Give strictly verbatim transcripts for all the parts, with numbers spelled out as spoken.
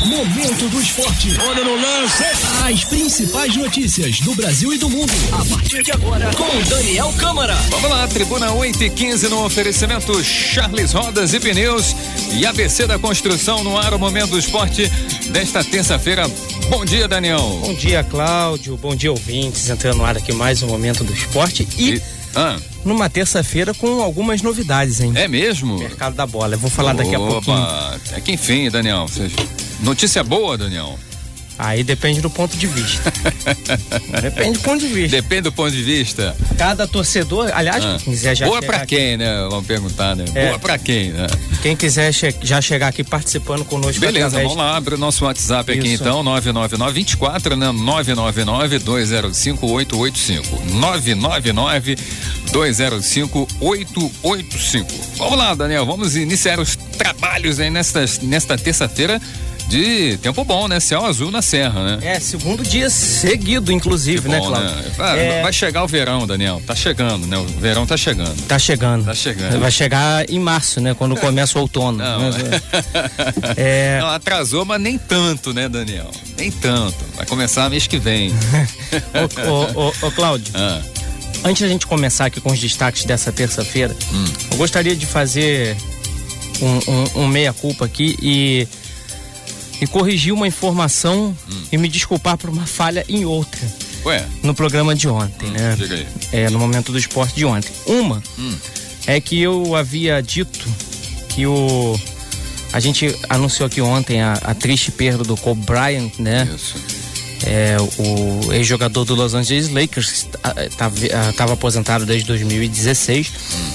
Momento do Esporte. Olha no lance. As principais notícias do Brasil e do mundo. A partir de agora, com Daniel Câmara. Vamos lá, Tribuna oito e quinze no oferecimento Charles Rodas e Pneus e A B C da Construção no ar, o Momento do Esporte desta terça-feira. Bom dia, Daniel. Bom dia, Cláudio. Bom dia, ouvintes. Entrando no ar aqui mais um Momento do Esporte e... e... Ah. Numa terça-feira com algumas novidades, hein? É mesmo? Mercado da bola. Eu vou falar Opa, daqui a pouquinho. É que enfim, Daniel. Notícia boa, Daniel? Aí depende do ponto de vista. Depende do ponto de vista. Depende do ponto de vista. Cada torcedor, aliás, ah. quem quiser já boa pra aqui, quem, né? Vamos perguntar, né? É. Boa pra quem, né? Quem quiser che- já chegar aqui participando conosco. Beleza, através... vamos lá, abre o nosso WhatsApp aqui. Isso. Então, nove nove nove, vinte e quatro, né? nove nove nove, dois zero cinco, oito oito cinco. nove nove nove, dois zero cinco, oito oito cinco. Vamos lá, Daniel, vamos iniciar os trabalhos aí nesta, nesta terça-feira de tempo bom, né? Céu azul na serra, né? É, segundo dia seguido, inclusive, bom, né, Cláudio? Né? Ah, é... Vai chegar o verão, Daniel, tá chegando, né? O verão tá chegando. Tá chegando. Tá chegando. Vai chegar em março, né? Quando começa o outono. Não, né? é... Não, atrasou, mas nem tanto, né, Daniel? Nem tanto. Vai começar mês que vem. ô, ô, ô, ô, Cláudio. Ah. Antes da gente começar aqui com os destaques dessa terça-feira, hum. eu gostaria de fazer um, um, um meia-culpa aqui e, e corrigir uma informação hum. e me desculpar por uma falha em outra. Ué? No programa de ontem, hum, né? Diga aí. É, no Momento do Esporte de ontem. Uma hum. é que eu havia dito que o... A gente anunciou aqui ontem a, a triste perda do Kobe Bryant, né? Isso. É, o ex-jogador do Los Angeles Lakers estava aposentado desde dois mil e dezesseis hum.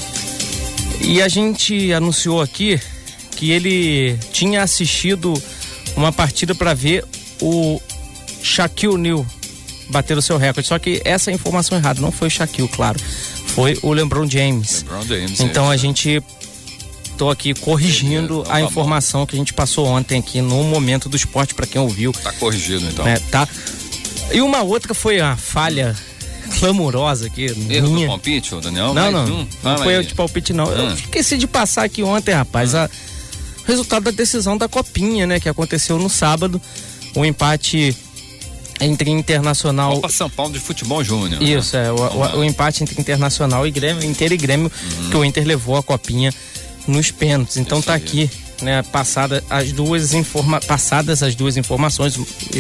e a gente anunciou aqui que ele tinha assistido uma partida para ver o Shaquille O'Neal bater o seu recorde, só que essa é a informação errada, não foi o Shaquille, claro, foi o LeBron James. LeBron James então é. a gente tô aqui corrigindo é, a informação bom. que a gente passou ontem aqui no Momento do Esporte, para quem ouviu. Tá corrigido, então. É, tá. E uma outra foi a falha clamorosa aqui. Erro minha. do palpite, Daniel? Não, não. Um? Não foi erro de palpite, não. Ah. Eu esqueci de passar aqui ontem, rapaz. Ah. O resultado da decisão da Copinha, né? Que aconteceu no sábado. O empate entre Internacional... Copa São Paulo de Futebol Júnior. Isso, né? é. O, o, o empate entre Internacional e Grêmio, Inter e Grêmio, uhum. que o Inter levou a Copinha nos pênaltis. Então Isso tá aí. aqui, né, passada as duas informa- passadas as duas informações e,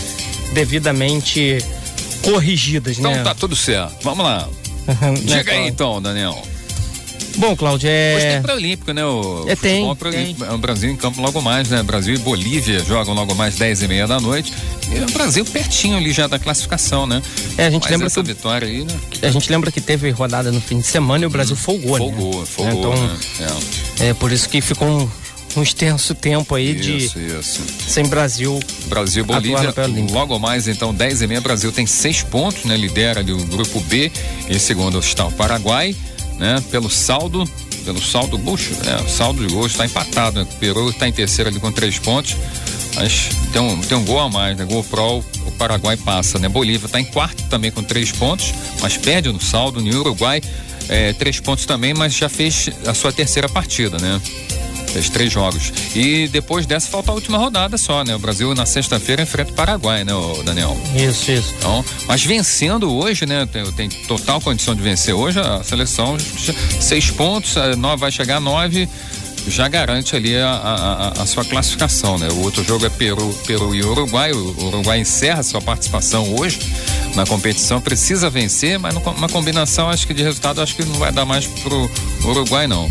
devidamente corrigidas, então, né? Então tá tudo certo. Vamos lá. Diga aí então, Daniel. Bom, Cláudio, é... Hoje tem pré-olímpico, né? O é, tem, tem. É o Brasil em campo logo mais, né? Brasil e Bolívia jogam logo mais dez e meia da noite. E o Brasil pertinho ali já da classificação, né? É, a gente Mas lembra essa que vitória aí, né? A gente lembra que teve rodada no fim de semana e o Brasil hum, folgou, folgou, né? Folgou, então, né? É. é por isso que ficou um, um extenso tempo aí isso, de... Isso, sem Brasil... Brasil e Bolívia, logo mais então dez e meia, Brasil tem seis pontos, né? Lidera ali o grupo B, em segundo está o Paraguai, né? Pelo saldo... Pelo saldo, bucho, né? O saldo de gols está empatado, né? O Peru está em terceiro ali com três pontos, mas tem um, tem um gol a mais, né? Gol pro, o Paraguai passa, né? Bolívia está em quarto também com três pontos, mas perde no saldo. No Uruguai, é, três pontos também, mas já fez a sua terceira partida, né? Fez três jogos. E depois dessa falta a última rodada só, né? O Brasil na sexta-feira enfrenta o Paraguai, né, o Daniel? Isso, isso. Então, mas vencendo hoje, né? Tem, tem total condição de vencer hoje, a seleção, seis pontos, a nove vai chegar a nove, já garante ali a, a, a sua classificação, né? O outro jogo é Peru, Peru e Uruguai. O Uruguai encerra sua participação hoje na competição, precisa vencer, mas numa combinação, acho que de resultado, acho que não vai dar mais pro Uruguai, não.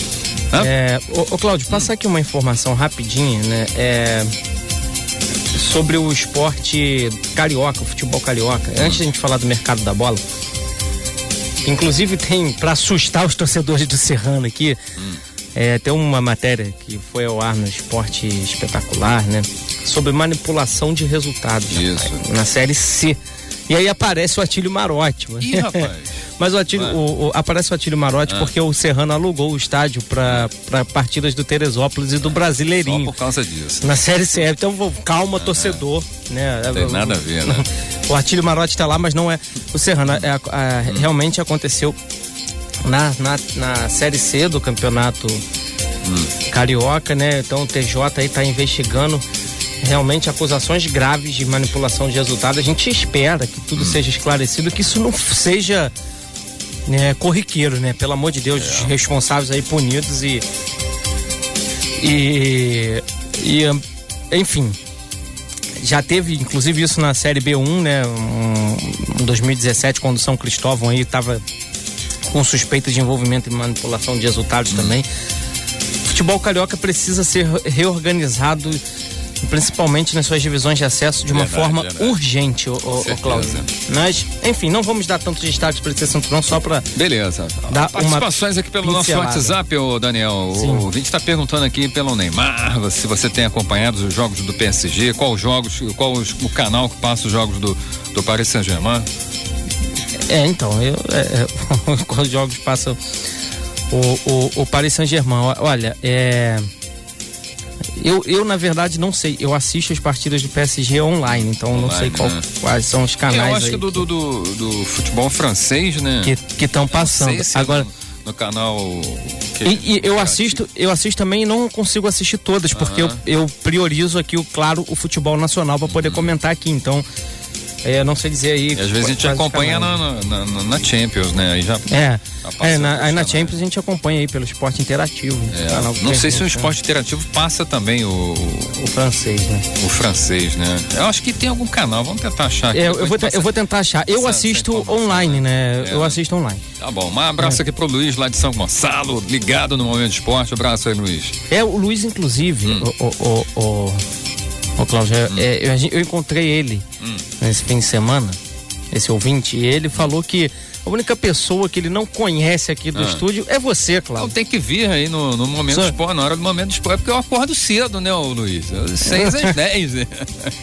É, ô, ô Cláudio, passa aqui uma informação rapidinha, né? É, sobre o esporte carioca, o futebol carioca. Hum. Antes de a gente falar do mercado da bola, inclusive tem, pra assustar os torcedores do Serrano aqui, hum. é, tem uma matéria que foi ao ar no Esporte Espetacular, né? Sobre manipulação de resultados. Isso. Rapaz, na Série C. E aí aparece o Atílio Marotti. Ih, rapaz. Mas o Atílio, o, o, aparece o Atílio Marotti ah. porque o Serrano alugou o estádio para partidas do Teresópolis e do Brasileirinho. Só por causa disso. Na Série C. Então, calma, ah, torcedor. É. Né? Não tem nada a ver, né? O Atílio Marotti está lá, mas não é o Serrano. É, é, hum. Realmente aconteceu na, na, na Série C do campeonato hum. carioca, né? Então o T J aí está investigando realmente acusações graves de manipulação de resultado. A gente espera que tudo hum. seja esclarecido, que isso não seja né, corriqueiro, né? Pelo amor de Deus, é. os responsáveis aí punidos e, e, e enfim, já teve inclusive isso na Série B um, né? Um, em dois mil e dezessete, quando o São Cristóvão aí estava com suspeita de envolvimento em manipulação de resultados hum. também. O futebol carioca precisa ser reorganizado, principalmente nas suas divisões de acesso, de uma verdade, forma verdade. urgente, o, o, o Cláudio. Mas, enfim, não vamos dar tantos destaques para esse assunto não, só para beleza. Dar participações aqui pelo nosso WhatsApp, ô Daniel. Sim. O ouvinte está perguntando aqui pelo Neymar, se você tem acompanhado os jogos do P S G, qual os jogos, qual os, o canal que passa os jogos do, do Paris Saint-Germain? É, então, eu, é, quais jogos passam o, o, o Paris Saint-Germain? Olha, é... Eu, eu, na verdade, não sei. Eu assisto as partidas do P S G online, então online, não sei qual, né? quais são os canais. Eu acho aí que do, do, do, do futebol francês, né? Que estão passando. Se Agora, é no, no canal. Que e, e eu assisto, eu assisto também e não consigo assistir todas, porque uh-huh. eu, eu priorizo aqui, o, claro, o futebol nacional para poder uh-huh. comentar aqui. Então, é, não sei dizer aí. E às vezes a gente acompanha na, na, na Champions, né? Aí já. É. É, na, aí na Champions a gente acompanha aí pelo Esporte Interativo. É, não sei se o Esporte Interativo passa também o, o... O francês, né? O francês, né? Eu acho que tem algum canal, vamos tentar achar aqui. É, eu, vou te, eu vou tentar achar. Eu essa, assisto essa online, né? É. Eu assisto online. Tá bom, um abraço é. aqui pro Luiz lá de São Gonçalo, ligado no Momento de Esporte. Abraço aí, Luiz. É, o Luiz, inclusive, hum. o, o, o, o Cláudio, hum. é, eu, eu encontrei ele hum. nesse fim de semana, esse ouvinte, e ele falou que a única pessoa que ele não conhece aqui do ah. estúdio é você, Cláudio. Então tem que vir aí no, no momento do esporte, na hora do momento do esporte, porque eu acordo cedo, né, ô Luiz? seis às dez. É,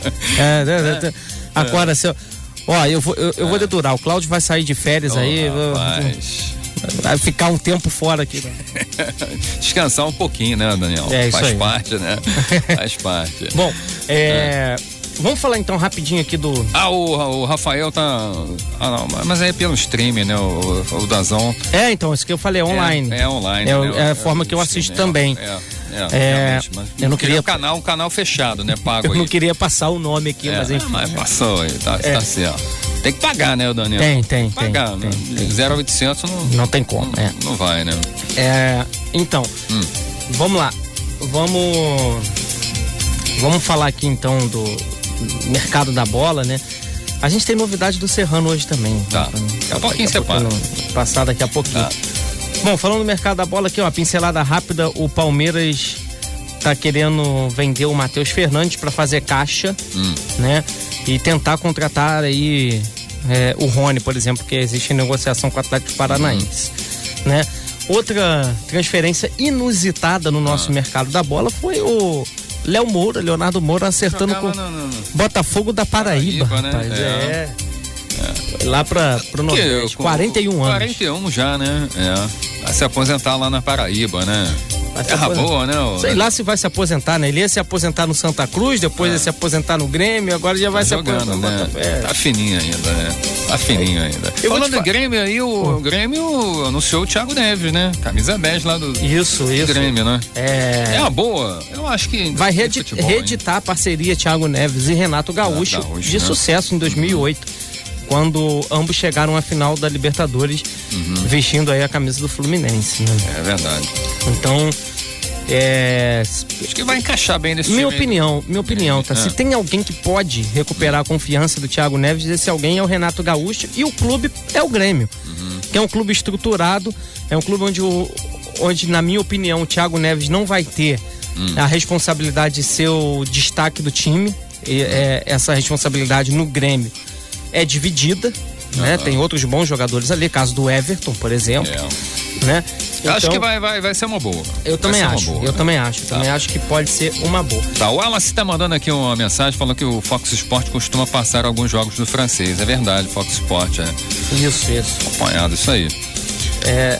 é, é, é. Acorda cedo. Ó, eu vou, eu, eu é. vou dedurar. O Cláudio vai sair de férias oh, aí. Rapaz. Vai ficar um tempo fora aqui. Né? Descansar um pouquinho, né, Daniel? É, isso Faz aí. parte, né? Faz parte. Bom, é. é. Vamos falar então rapidinho aqui do... Ah, o, o Rafael tá... Ah, não, mas é pelo streaming, né? O, o Dazon. É, então, isso que eu falei, é online. É, é online. É, né? é a forma é, que eu assisto stream, também. É, é, é mas eu não queria... Um canal, um canal fechado, né? Pago eu aí. não queria passar o nome aqui, é, mas enfim. Mas passou aí, tá, é. tá certo. Tem que pagar, né, Daniel? Tem, tem, tem. Pagar, tem, né? tem. zero a oitocentos não... Não tem como, não, é. Não vai, né? É, então, hum. vamos lá. Vamos... Vamos falar aqui então do... mercado da bola, né? A gente tem novidade do Serrano hoje também. Tá. Daqui a pouquinho você para. Passar daqui a pouquinho. Tá. Bom, falando do mercado da bola aqui, ó, pincelada rápida, o Palmeiras tá querendo vender o Matheus Fernandes para fazer caixa, hum. né? E tentar contratar aí é, o Rony, por exemplo, que existe em negociação com o Atlético Paranaense, hum. né? Outra transferência inusitada no nosso ah. mercado da bola foi o Léo Moura, Leonardo Moura acertando Jogava com o Botafogo da Paraíba, Paraíba rapaz. Né? É. é. Lá pra, pro Nordeste, quarenta e um anos. quarenta e um já, né? É. Vai se aposentar lá na Paraíba, né? Terra boa, né? Sei lá se vai se aposentar, né? Ele ia se aposentar no Santa Cruz, depois ah. ia se aposentar no Grêmio, agora já vai tá se jogando, aposentar. Né? Tá fininho ainda, né? Tá fininho ainda. Eu Falando do Grêmio aí, o, o Grêmio anunciou o Thiago Neves, né? Camisa bege lá do, isso, do isso. Grêmio, né? É... é uma boa. Eu acho que... Vai reedi- futebol, reeditar hein? a parceria Thiago Neves e Renato Gaúcho, ah, Gaúcho de né? sucesso em dois mil e oito. Uhum. Quando ambos chegaram à final da Libertadores, uhum. vestindo aí a camisa do Fluminense, né? É verdade. Então, é... acho que vai encaixar bem nesse Minha time opinião, minha opinião, tá? É. Se tem alguém que pode recuperar a confiança do Thiago Neves, esse alguém é o Renato Gaúcho e o clube é o Grêmio, uhum. que é um clube estruturado, é um clube onde, o, onde na minha opinião, o Thiago Neves não vai ter uhum. a responsabilidade de ser o destaque do time, e, é, essa responsabilidade no Grêmio é dividida, uhum. né? Tem outros bons jogadores ali, caso do Everton, por exemplo, é. né? Então, acho que vai, vai, vai ser uma boa. Eu vai também acho, boa, eu né? também acho, tá. também acho que pode ser uma boa. Tá, o Wallace tá mandando aqui uma mensagem falando que o Fox Sport costuma passar alguns jogos do francês, é verdade, Fox Sport, é. Isso, isso. Acompanhado, isso aí. É,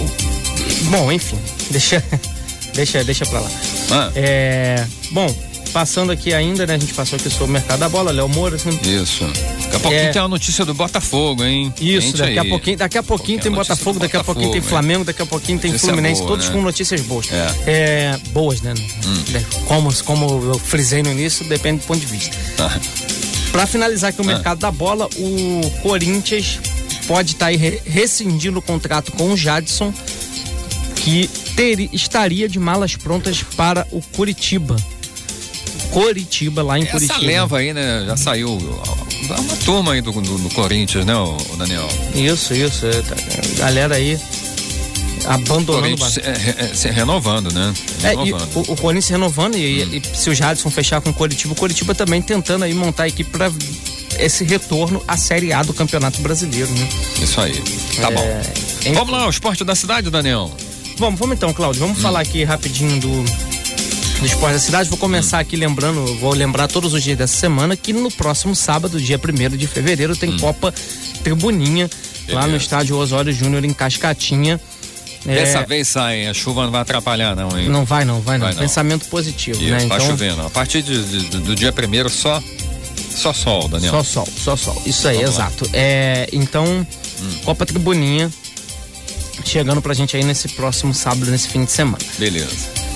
bom, enfim, deixa, deixa, deixa pra lá. Ah. É, bom, passando aqui ainda, né, a gente passou aqui sobre o mercado da bola, Léo Moura, assim, isso. Daqui a pouquinho é... tem uma notícia do Botafogo, hein? Isso, daqui a, pouquinho, daqui a pouquinho tem Botafogo, daqui a pouquinho tem Flamengo, daqui a pouquinho tem Fluminense, boa, todos né? com notícias boas. É. É, boas, né? Hum. Como, como eu frisei no início, depende do ponto de vista. Ah. Para finalizar aqui o ah. mercado da bola, o Corinthians pode estar tá aí re- rescindindo o contrato com o Jadson, que ter, estaria de malas prontas para o Curitiba. Coritiba, lá em Essa Curitiba. Essa leva aí, né? Já saiu uma turma aí do, do, do Corinthians, né, o, o Daniel? Isso, isso. É, tá, galera aí abandonando o Corinthians se, é, se renovando, né? Renovando. É, e, o, o Corinthians renovando e, hum. e se o Jadson fechar com o Coritiba, o Coritiba também tentando aí montar a equipe para esse retorno à Série A do Campeonato Brasileiro, né? Isso aí. Tá é, bom. Em... Vamos lá, o esporte da cidade, Daniel? Vamos, vamos então, Cláudio. Vamos hum. falar aqui rapidinho do, do esporte da cidade. Vou começar hum. aqui lembrando, vou lembrar todos os dias dessa semana que no próximo sábado, dia primeiro de fevereiro, tem hum. Copa Tribuninha lá no estádio Osório Júnior em Cascatinha. Dessa é... vez sai, a chuva não vai atrapalhar não, hein? Não vai não, vai não. Vai não. Pensamento positivo, Isso, né? Tá então... chovendo. A partir de, de, do dia primeiro só só sol, Daniel. Só sol, só sol. Isso aí, Vamos exato. É, então, hum. Copa Tribuninha chegando pra gente aí nesse próximo sábado, nesse fim de semana. Beleza.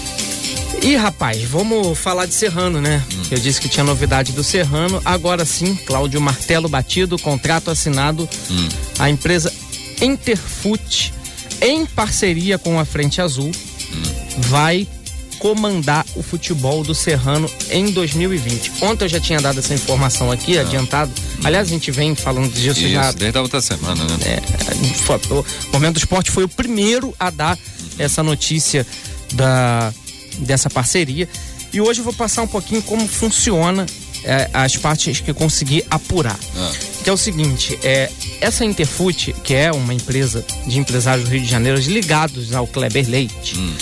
E rapaz, vamos falar de Serrano, né? Hum. Eu disse que tinha novidade do Serrano. Agora sim, Cláudio, martelo batido, contrato assinado. Hum. A empresa Interfute, em parceria com a Frente Azul, hum. vai comandar o futebol do Serrano em dois mil e vinte. Ontem eu já tinha dado essa informação aqui, ah. adiantado. Hum. Aliás, a gente vem falando disso Isso, já. desde a outra semana, né? É, foi, o Momento do Esporte foi o primeiro a dar hum. essa notícia da, dessa parceria. E hoje eu vou passar um pouquinho como funciona é, as partes que eu consegui apurar. Ah. Que é o seguinte, é, essa Interfute, que é uma empresa de empresários do Rio de Janeiro ligados ao Kleber Leite, hum.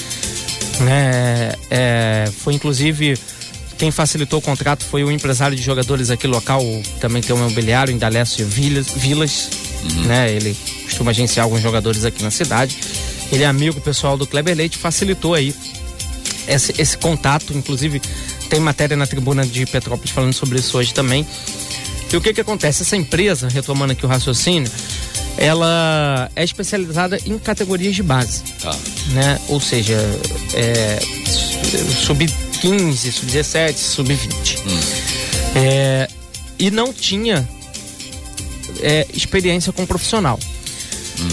né, é, foi inclusive quem facilitou o contrato foi o empresário de jogadores aqui local, também tem um imobiliário em Dalécio Vilas, Vilas uhum. né, ele costuma agenciar alguns jogadores aqui na cidade. Ele é amigo pessoal do Kleber Leite, facilitou aí esse, esse contato, inclusive tem matéria na Tribuna de Petrópolis falando sobre isso hoje também. E o que que acontece? Essa empresa, retomando aqui o raciocínio, ela é especializada em categorias de base, tá. né? Ou seja, é, sub quinze, sub dezessete, sub vinte. Hum. É, e não tinha é, experiência com profissional. Hum.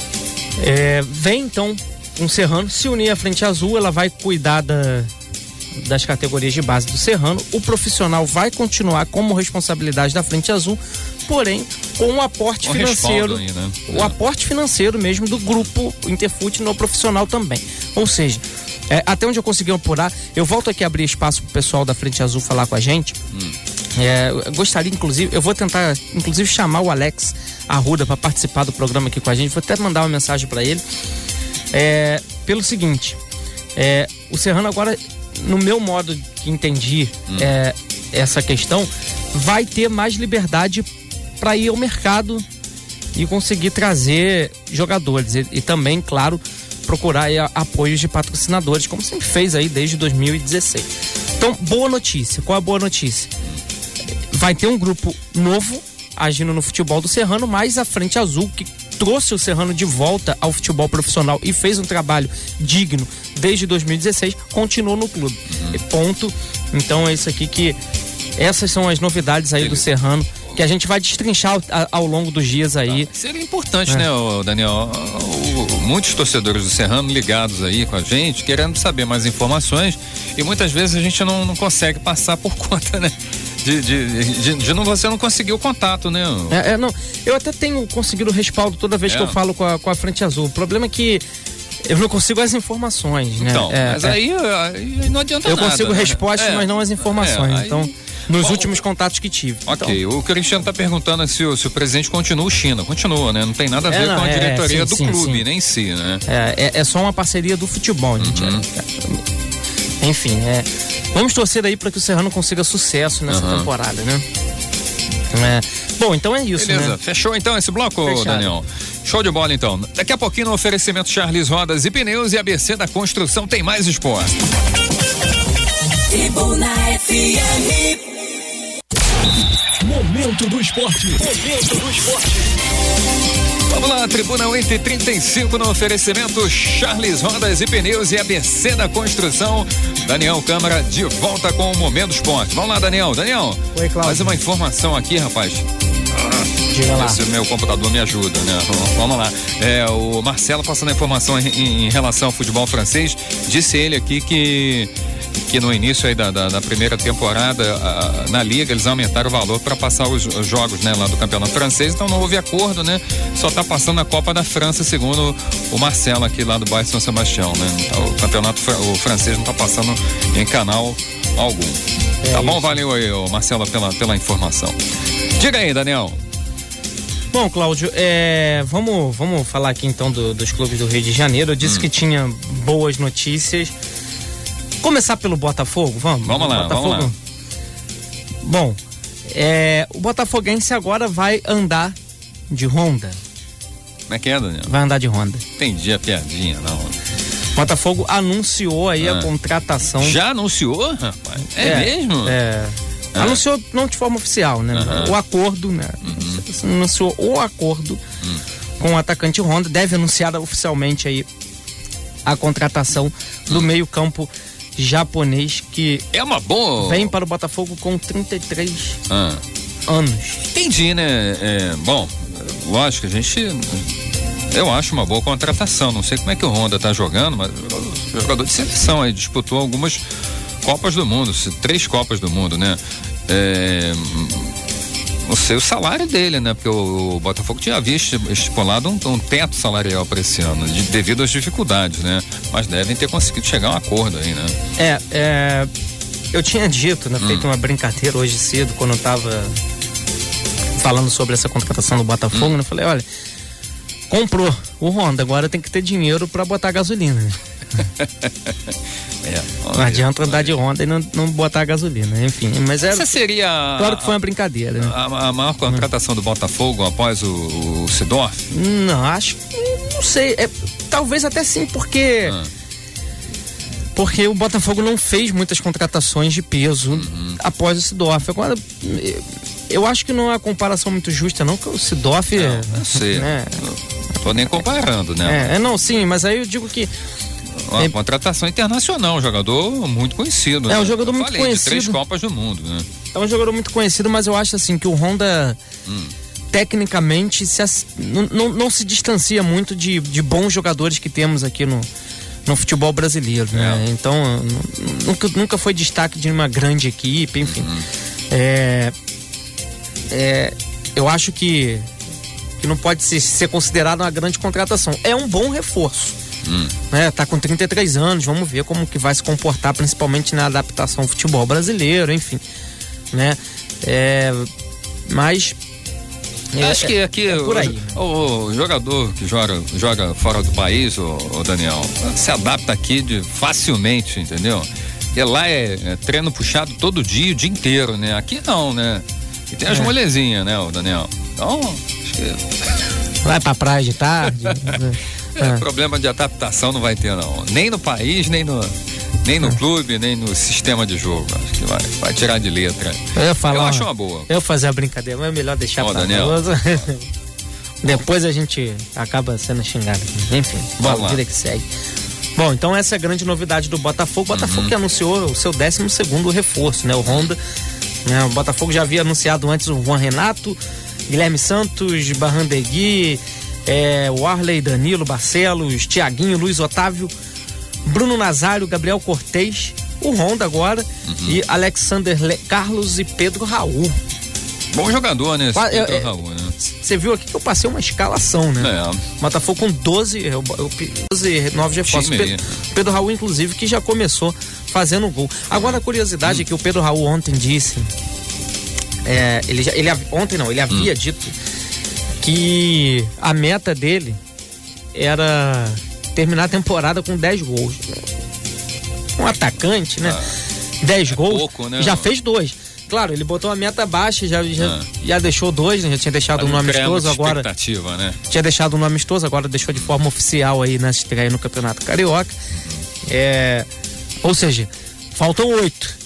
É, vem então um Serrano, se unir à Frente Azul, ela vai cuidar da... das categorias de base do Serrano. O profissional vai continuar como responsabilidade da Frente Azul, porém com um aporte o financeiro aí, né? o é. aporte financeiro mesmo do grupo Interfute no profissional também. Ou seja, é, até onde eu consegui apurar, eu volto aqui a abrir espaço pro pessoal da Frente Azul falar com a gente. Hum. É, eu gostaria, inclusive, eu vou tentar, inclusive, chamar o Alex Arruda para participar do programa aqui com a gente. Vou até mandar uma mensagem para ele. É, pelo seguinte, é, o Serrano agora, no meu modo que entendi hum. é, essa questão, vai ter mais liberdade para ir ao mercado e conseguir trazer jogadores e, e também, claro, procurar aí, a, apoios de patrocinadores, como sempre fez aí desde dois mil e dezesseis. Então, boa notícia. Qual é a boa notícia? Vai ter um grupo novo agindo no futebol do Serrano, mas a Frente Azul, que trouxe o Serrano de volta ao futebol profissional e fez um trabalho digno desde dois mil e dezesseis, continuou no clube. Uhum. Ponto. Então é isso aqui que... Essas são as novidades aí Ele... do Serrano, que a gente vai destrinchar ao, ao longo dos dias aí. Ah, seria importante, é. né, Daniel? Muitos torcedores do Serrano ligados aí com a gente, querendo saber mais informações, e muitas vezes a gente não, não consegue passar por conta, né? De, de, de, de não, você não conseguiu o contato, né? É, é, não, eu até tenho conseguido respaldo toda vez é. que eu falo com a, com a Frente Azul. O problema é que eu não consigo as informações, né? Então, é, mas é, aí, aí não adianta eu nada. Eu consigo né? respostas, é, mas não as informações. Aí, então, nos bom, últimos contatos que tive. Ok, então, o Cristiano está perguntando se o, se o presidente continua o China. Continua, né? Não tem nada a ver é, não, com a é, diretoria sim, do sim, clube, sim. nem em si, né? É, é, é só uma parceria do futebol, gente. Uhum. É, enfim, é... Vamos torcer aí para que o Serrano consiga sucesso nessa uhum. temporada, né? É. Bom, então é isso, Beleza, né? Fechou então esse bloco, Fechado. Daniel? Show de bola então. Daqui a pouquinho no oferecimento Charles Rodas e Pneus e A B C da Construção tem mais esporte. Tribuna F M. Momento Momento do esporte. Momento do esporte. Vamos lá, Tribuna oito e trinta e cinco no oferecimento Charles Rodas e Pneus e A B C da Construção. Daniel Câmara de volta com o Momento do Esporte. Vamos lá, Daniel. Daniel, Oi, Cláudio. mais uma informação aqui, rapaz. Diga lá. Esse meu computador me ajuda, né? Vamos lá. É, o Marcelo passando a informação em, em relação ao futebol francês, disse ele aqui que que no início aí da, da, da primeira temporada a, na Liga eles aumentaram o valor para passar os, os jogos, né, lá do campeonato francês, então não houve acordo, né? Só tá passando a Copa da França, segundo o Marcelo aqui lá do bairro São Sebastião, né? O campeonato o francês não tá passando em canal algum. É tá bom? Isso. Valeu aí, Marcelo, pela, pela informação. Diga aí, Daniel. Bom, Cláudio, é, vamos, vamos falar aqui então do, dos clubes do Rio de Janeiro. Eu disse hum. que tinha boas notícias. Começar pelo Botafogo, vamos? Vamos lá, Botafogo. vamos lá. Bom, é, o Botafoguense agora vai andar de Honda. Como é que é, Daniel? Vai andar de Honda. Entendi a piadinha, não. Botafogo anunciou aí ah. a contratação. Já anunciou, rapaz? É, é mesmo? É. Ah. Anunciou não de forma oficial, né? Uh-huh. O acordo, né? Uhum. Anunciou o acordo uhum. com o atacante Honda. Deve anunciar oficialmente aí a contratação do uhum. meio-campo japonês, que é uma boa. Vem para o Botafogo com trinta e três ah. anos. Entendi, né? É, bom, lógico, a gente. Eu acho uma boa contratação. Não sei como é que o Honda tá jogando, mas o jogador de seleção aí disputou algumas Copas do Mundo, três Copas do Mundo, né? É, não sei o salário dele, né? Porque o, o Botafogo tinha visto estipulado um, um teto salarial para esse ano, de, devido às dificuldades, né? Mas devem ter conseguido chegar a um acordo aí, né? É, é eu tinha dito, né? Hum. Feito uma brincadeira hoje cedo, quando eu tava falando sobre essa contratação do Botafogo, hum. né? Eu falei, olha, comprou o Honda, agora tem que ter dinheiro para botar gasolina, né? É, não adianta andar de Honda e não, não botar gasolina, enfim, mas era, essa seria claro que foi uma brincadeira, né? a, a maior contratação hum. do Botafogo após o, o Seedorf? Não, acho que não sei, é, talvez até sim, porque hum. porque o Botafogo não fez muitas contratações de peso uhum. após o Seedorf. Agora, eu acho que não é uma comparação muito justa não, que o Seedorf não, eu sei, né? Não tô nem comparando, né? É, é, não, sim, mas aí eu digo que uma é, contratação internacional, um jogador muito conhecido. É, né? um jogador eu muito falei, conhecido. De três Copas do Mundo, né? É um jogador muito conhecido, mas eu acho assim que o Honda hum. tecnicamente se, não, não, não se distancia muito de, de bons jogadores que temos aqui no, no futebol brasileiro, né? É. Então, nunca, nunca foi destaque de uma grande equipe, enfim. Uhum. É, é, eu acho que, que não pode ser, ser considerado uma grande contratação. É um bom reforço. Hum. Né, tá com trinta e três anos, vamos ver como que vai se comportar, principalmente na adaptação ao futebol brasileiro, enfim, né? É, mas é, acho que aqui é por aí, o, né? o, o jogador que joga, joga fora do país, o, o Daniel, se adapta aqui de, facilmente, entendeu? E lá é, é treino puxado todo dia, o dia inteiro, né? Aqui não, né? E tem as é. molezinhas, né, o Daniel? Então, acho que... vai pra praia de tarde. É, é. Problema de adaptação não vai ter, não. Nem no país, nem no, nem no é. clube, nem no sistema de jogo. Acho que vai, vai tirar de letra. Eu, ia falar, eu acho uma boa. Eu fazer a brincadeira, mas é melhor deixar oh, pra Daniel. Depois a gente acaba sendo xingado. Enfim, bom, vida que segue. Bom, então essa é a grande novidade do Botafogo. O Botafogo uhum. que anunciou o seu décimo segundo reforço, né? O Honda. Né? O Botafogo já havia anunciado antes o Juan Renato, Guilherme Santos, Barrandegui, É, o Arley, Danilo, Barcelos, Thiaguinho, Luiz Otávio, Bruno Nazário, Gabriel Cortez, o Honda agora uhum. e Alexander Le- Carlos e Pedro Raul. Bom jogador, né? Esse Qua- Pedro é, Raul, né? Você viu aqui que eu passei uma escalação, né? É. Botafogo com doze, doze novos reforços. Pedro, Pedro Raul, inclusive, que já começou fazendo gol. Agora, a curiosidade hum. é que o Pedro Raul ontem disse, é, ele, já, ele ontem não, ele havia hum. dito que a meta dele era terminar a temporada com dez gols. Um atacante, né? Ah, dez é gols, pouco, né? Já fez dois. Claro, ele botou a meta baixa, já, já, ah. já deixou dois, né? Já tinha deixado o nome amistoso, agora expectativa, né? Tinha deixado o nome amistoso, agora deixou de forma oficial aí na estreia no Campeonato Carioca. É, ou seja, faltam oito.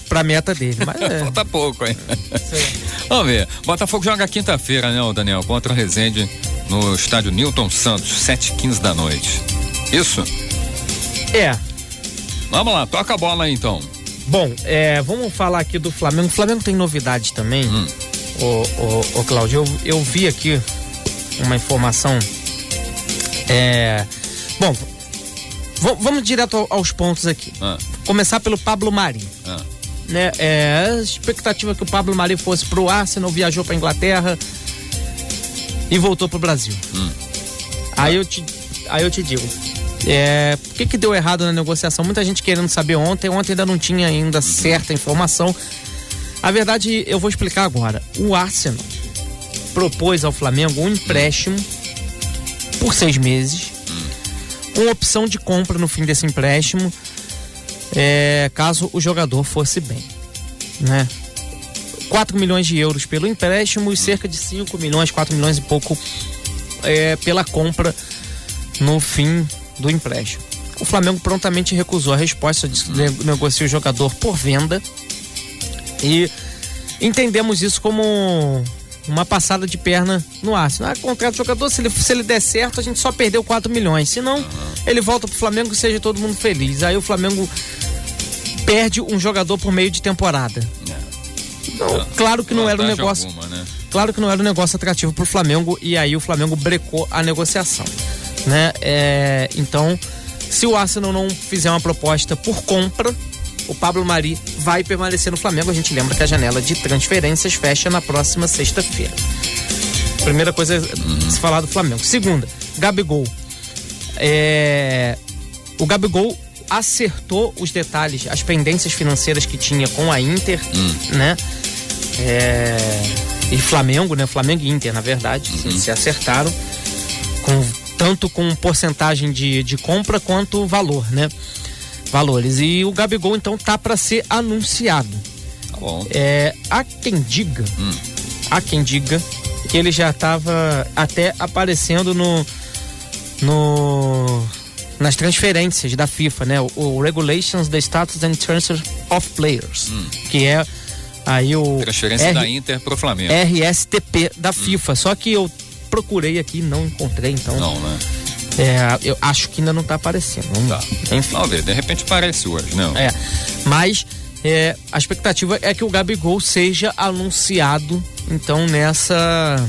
pra meta dele. Mas é. Falta pouco, hein? Vamos ver. Botafogo joga quinta-feira, né, o Daniel? Contra o Resende no estádio Newton Santos, sete e quinze da noite. Isso? É. Vamos lá, toca a bola aí então. Bom, é, vamos falar aqui do Flamengo. O Flamengo tem novidade também. Hum. Ô, ô, ô, Cláudio, eu, eu vi aqui uma informação. É, bom, v- vamos direto aos pontos aqui. Ah. Começar pelo Pablo Mari. Ah. Né, é, a expectativa é que o Pablo Mari fosse pro Arsenal, viajou pra Inglaterra e voltou pro Brasil. Hum. Aí, eu te, aí eu te digo, é, o que que deu errado na negociação? Muita gente querendo saber ontem, ontem ainda não tinha ainda certa informação. A verdade, eu vou explicar agora. O Arsenal propôs ao Flamengo um empréstimo por seis meses, com opção de compra no fim desse empréstimo, é, caso o jogador fosse bem, né? quatro milhões de euros pelo empréstimo e cerca de cinco milhões, quatro milhões e pouco é, pela compra no fim do empréstimo. O Flamengo prontamente recusou a resposta, disse que negocia o jogador por venda e entendemos isso como uma passada de perna no Arsenal. Ah, contrato do jogador, se ele, se ele der certo, a gente só perdeu quatro milhões. Se não, ele volta pro Flamengo e seja todo mundo feliz. Aí o Flamengo perde um jogador por meio de temporada. Então, claro que não era um negócio. Alguma, né? Claro que não era um negócio atrativo pro Flamengo, e aí o Flamengo brecou a negociação, né? É, então, se o Arsenal não fizer uma proposta por compra, o Pablo Mari vai permanecer no Flamengo. A gente lembra que a janela de transferências fecha na próxima sexta-feira. Primeira coisa a se falar do Flamengo. Segunda, Gabigol. É, o Gabigol acertou os detalhes, as pendências financeiras que tinha com a Inter, hum. né? É, e Flamengo, né? Flamengo e Inter, na verdade, uhum. se, se acertaram, com, tanto com porcentagem de, de compra quanto valor, né? Valores. E o Gabigol, então, tá para ser anunciado. Tá bom. É, há quem diga, hum. há quem diga que ele já estava até aparecendo no, no nas transferências da FIFA, né? O, o Regulations, the Status and Transfer of Players, hum. que é aí o transferência R, da Inter pro Flamengo. R S T P da hum. FIFA. Só que eu procurei aqui, não encontrei, então. Não, né? É, eu acho que ainda não tá aparecendo. Vamos, tá. Enfim. Vamos ver, de repente aparece hoje, não? É, mas é, a expectativa é que o Gabigol seja anunciado, então, nessa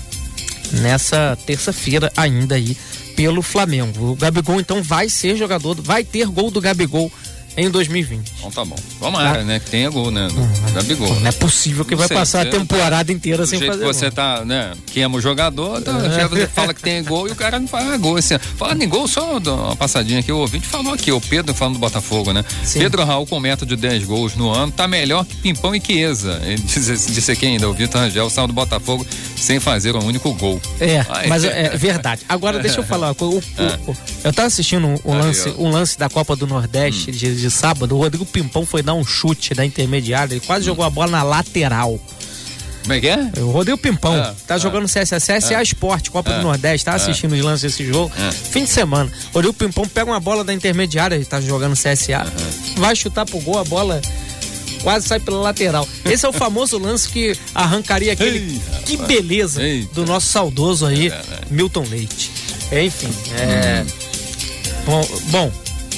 nessa terça-feira ainda aí pelo Flamengo. O Gabigol, então, vai ser jogador, vai ter gol do Gabigol em dois mil e vinte. Então tá bom. Vamos lá, tá? Né? Que tenha gol, né? Do hum, Gabigol. Não é possível que não vai sei, passar a temporada tá, inteira sem fazer gol. Você tá, né? Queima o jogador, tá, é. você fala que tem gol e o cara não faz gol. Assim, falando em gol, só uma passadinha aqui, o ouvinte falou aqui, o Pedro falando do Botafogo, né? Sim. Pedro Raul com meta de dez gols no ano, tá melhor que Pimpão e Chiesa. Ele disse, disse aqui ainda, o Vitor Rangel saiu do Botafogo sem fazer um único gol. É, Ai, mas é, é verdade. Agora deixa eu falar, o, o, o, eu tava assistindo um, um, lance, um lance da Copa do Nordeste hum. de, de sábado. O Rodrigo Pimpão foi dar um chute da intermediária, ele quase hum. jogou a bola na lateral. Como é que é? O Rodrigo Pimpão ah, tá ah, jogando C S A, C S A ah, Sport, Copa ah, do Nordeste, tá assistindo ah, os lances desse jogo. Ah, fim de semana. O Rodrigo Pimpão pega uma bola da intermediária, ele tá jogando C S A, ah, vai chutar pro gol, a bola quase sai pela lateral. Esse é o famoso lance que arrancaria aquele. Ei, que beleza eita. do nosso saudoso aí, é, Milton Leite. Enfim, é. Hum. Bom, bom.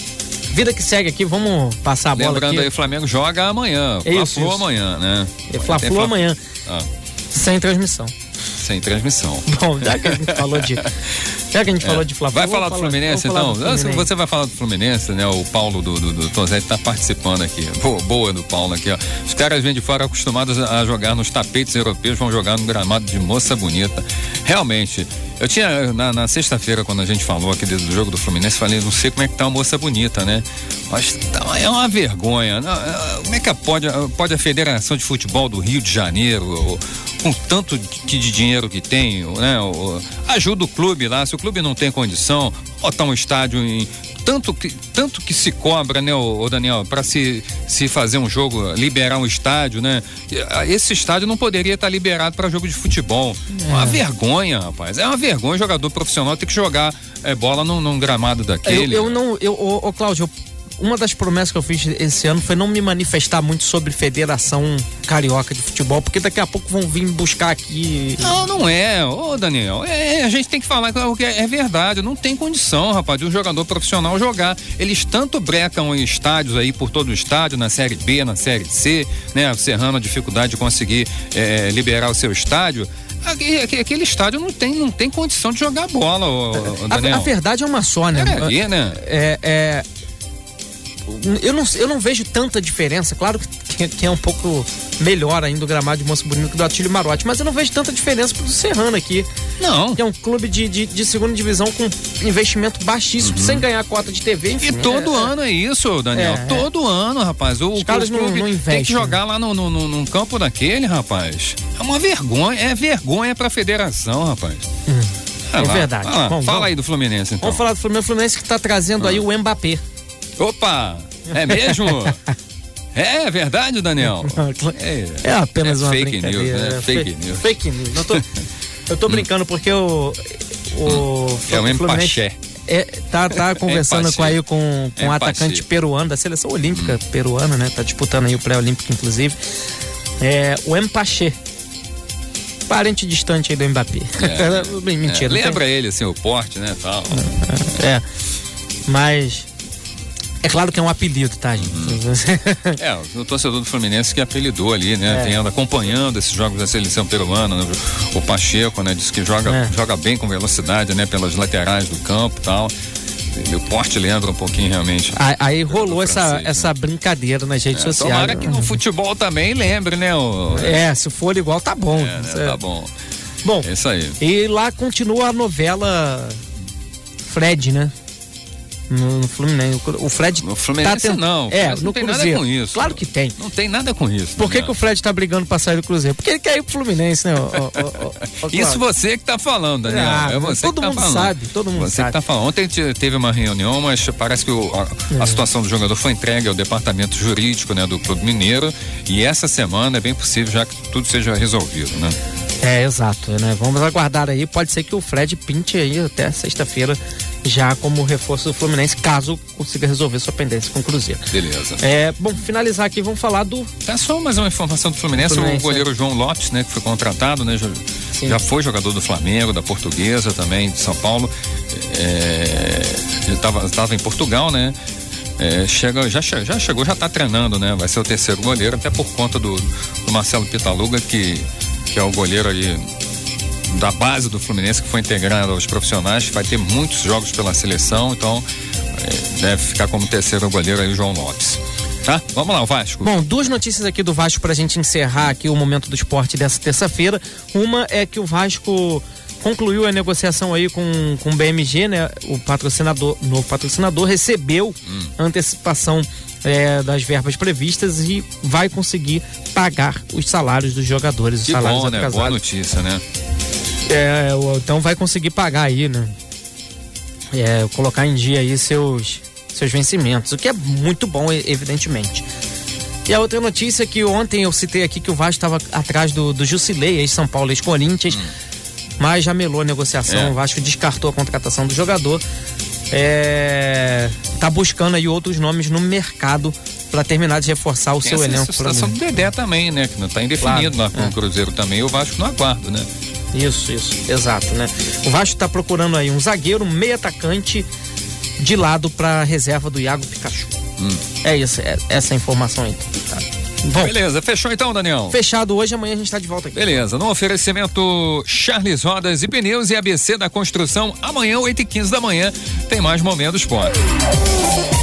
Vida que segue aqui, vamos passar a bola Lembrando aqui. aí, o Flamengo joga amanhã, Fla-Flu amanhã, né? É Fla-Flu Fla... amanhã, ah. sem transmissão. Sem transmissão. Bom, já que a gente falou de... Já que a gente é. falou de Fla-Flu... Vai falar do Fluminense, então? Do Fluminense. Você vai falar do Fluminense, né? O Paulo do, do, do Tozetti tá participando aqui. Boa, boa do Paulo aqui, ó. Os caras vêm de fora acostumados a jogar nos tapetes europeus, vão jogar no gramado de Moça Bonita. Realmente... Eu tinha, na, na sexta-feira, quando a gente falou aqui do jogo do Fluminense, falei, não sei como é que tá a Moça Bonita, né? Mas tá, é uma vergonha. Não, como é que pode, pode a Federação de Futebol do Rio de Janeiro, com tanto de, de dinheiro que tem, né? Ajuda o clube lá, se o clube não tem condição, botar um estádio em... Tanto que, tanto que se cobra, né, o, o Daniel, para se, se fazer um jogo, liberar um estádio, né? Esse estádio não poderia estar liberado para jogo de futebol. É uma vergonha, rapaz. É uma vergonha o jogador profissional ter que jogar é, bola num, num gramado daquele. Eu, eu não, eu, ô, ô Cláudio, uma das promessas que eu fiz esse ano foi não me manifestar muito sobre Federação Carioca de Futebol, porque daqui a pouco vão vir buscar aqui. Não, não é, ô Daniel, é, a gente tem que falar que é, é verdade, não tem condição, rapaz, de um jogador profissional jogar. Eles tanto brecam em estádios aí por todo o estádio, na Série B, na Série C, né? O Serrano, a dificuldade de conseguir é, liberar o seu estádio. Aquele estádio não tem, não tem condição de jogar bola, ô, ô, Daniel. A, a verdade é uma só, né? É ali, né? É, é, eu, não, eu não vejo tanta diferença, claro que, que é um pouco melhor ainda o gramado de Moça Bonita que do Atílio Marotti, mas eu não vejo tanta diferença pro Serrano aqui. Não. Que é um clube de, de, de segunda divisão com investimento baixíssimo, uhum. sem ganhar cota de T V, enfim. E todo é, ano é isso, Daniel. É, todo é. ano, rapaz. O, Os caras o não, clube não investem. Tem que jogar lá no, no, no, num campo daquele, rapaz. É uma vergonha, é vergonha pra federação, rapaz. Hum. Ah, é lá, verdade. Ah, Bom, fala vamos, aí do Fluminense, então. Vamos falar do Fluminense, o Fluminense que tá trazendo ah. aí o Mbappé. Opa! É mesmo? É verdade, Daniel? É, é apenas é uma fake news, né? É fake fe, news. Fake news. Não tô, eu tô brincando porque o, o, é o Empaché. É, tá, tá conversando Empaché. com aí com, com um atacante peruano da seleção olímpica hum. peruana, né? Tá disputando aí o pré-olímpico, inclusive. É, o Empaché. Parente distante aí do Mbappé. É, Mentira. É, lembra tem... ele, assim, o porte, né? Tal. É. Mas. É claro que é um apelido, tá, gente? Uhum. É, o torcedor do Fluminense que apelidou ali, né? É. Tem acompanhando esses jogos da seleção peruana, né? O Pacheco, né? Diz que joga, é. joga bem com velocidade, né? Pelas laterais do campo e tal. E o porte lembra um pouquinho realmente. Aí, aí rolou essa, francês, essa né? brincadeira nas redes é, sociais. Tomara que no futebol também lembre, né? O... É, se for igual, tá bom. É, né? Tá bom. Bom, é isso aí. E lá continua a novela Fred, né? No, no Fluminense. O Fred no Fluminense tá tent... não. É, não no tem Cruzeiro. Nada com isso. Claro que tem. Não tem nada com isso. Por que, que o Fred tá brigando pra sair do Cruzeiro? Porque ele quer ir pro Fluminense, né? Ó, ó, ó, ó, isso você que tá falando, Daniel. Ah, é você todo que mundo tá falando. sabe, todo mundo você sabe. Que tá falando. Ontem teve uma reunião, mas parece que o, a, é. a situação do jogador foi entregue ao departamento jurídico, né, do Clube Mineiro, e essa semana é bem possível já que tudo seja resolvido, né? É, exato, né? Vamos aguardar aí, pode ser que o Fred pinte aí até sexta-feira já como reforço do Fluminense, caso consiga resolver sua pendência com o Cruzeiro. Beleza. É, bom, finalizar aqui, vamos falar do... É só mais uma informação do Fluminense, Fluminense o goleiro é. João Lopes, né, que foi contratado, né, já, já foi jogador do Flamengo, da Portuguesa também, de São Paulo, é, ele estava tava em Portugal, né, é, chega, já, já chegou, já está treinando, né, vai ser o terceiro goleiro, até por conta do, do Marcelo Pitaluga, que, que é o goleiro aí da base do Fluminense, que foi integrado aos profissionais, vai ter muitos jogos pela seleção, então é, deve ficar como terceiro goleiro aí o João Lopes. Tá? Vamos lá, o Vasco. Bom, duas notícias aqui do Vasco pra gente encerrar aqui o Momento do Esporte dessa terça-feira. Uma é que o Vasco concluiu a negociação aí com, com o B M G, né? O patrocinador, novo patrocinador, recebeu hum. antecipação É, das verbas previstas e vai conseguir pagar os salários dos jogadores. Os que salários bom, né? Boa notícia, né? É, então vai conseguir pagar aí, né? É, colocar em dia aí seus, seus vencimentos, o que é muito bom, evidentemente. E a outra notícia é que ontem eu citei aqui que o Vasco estava atrás do, do Jusilei, ex-São Paulo, ex-Corinthians, hum. mas já melou a negociação, é. o Vasco descartou a contratação do jogador. É, tá buscando aí outros nomes no mercado para terminar de reforçar o Tem seu essa elenco. A situação do Dedé também, né? Que não tá indefinido claro, lá com é. o Cruzeiro também, o Vasco não aguarda, né? Isso, isso, exato, né? O Vasco tá procurando aí um zagueiro, um meio atacante de lado para reserva do Iago Pikachu. Hum. É isso, é essa a informação aí. Tá. Bom, beleza, fechou então, Daniel? Fechado hoje, amanhã a gente tá de volta aqui. Beleza, no oferecimento Charles Rodas e Pneus e A B C da Construção, amanhã, oito e quinze da manhã, tem mais Momento do Esporte.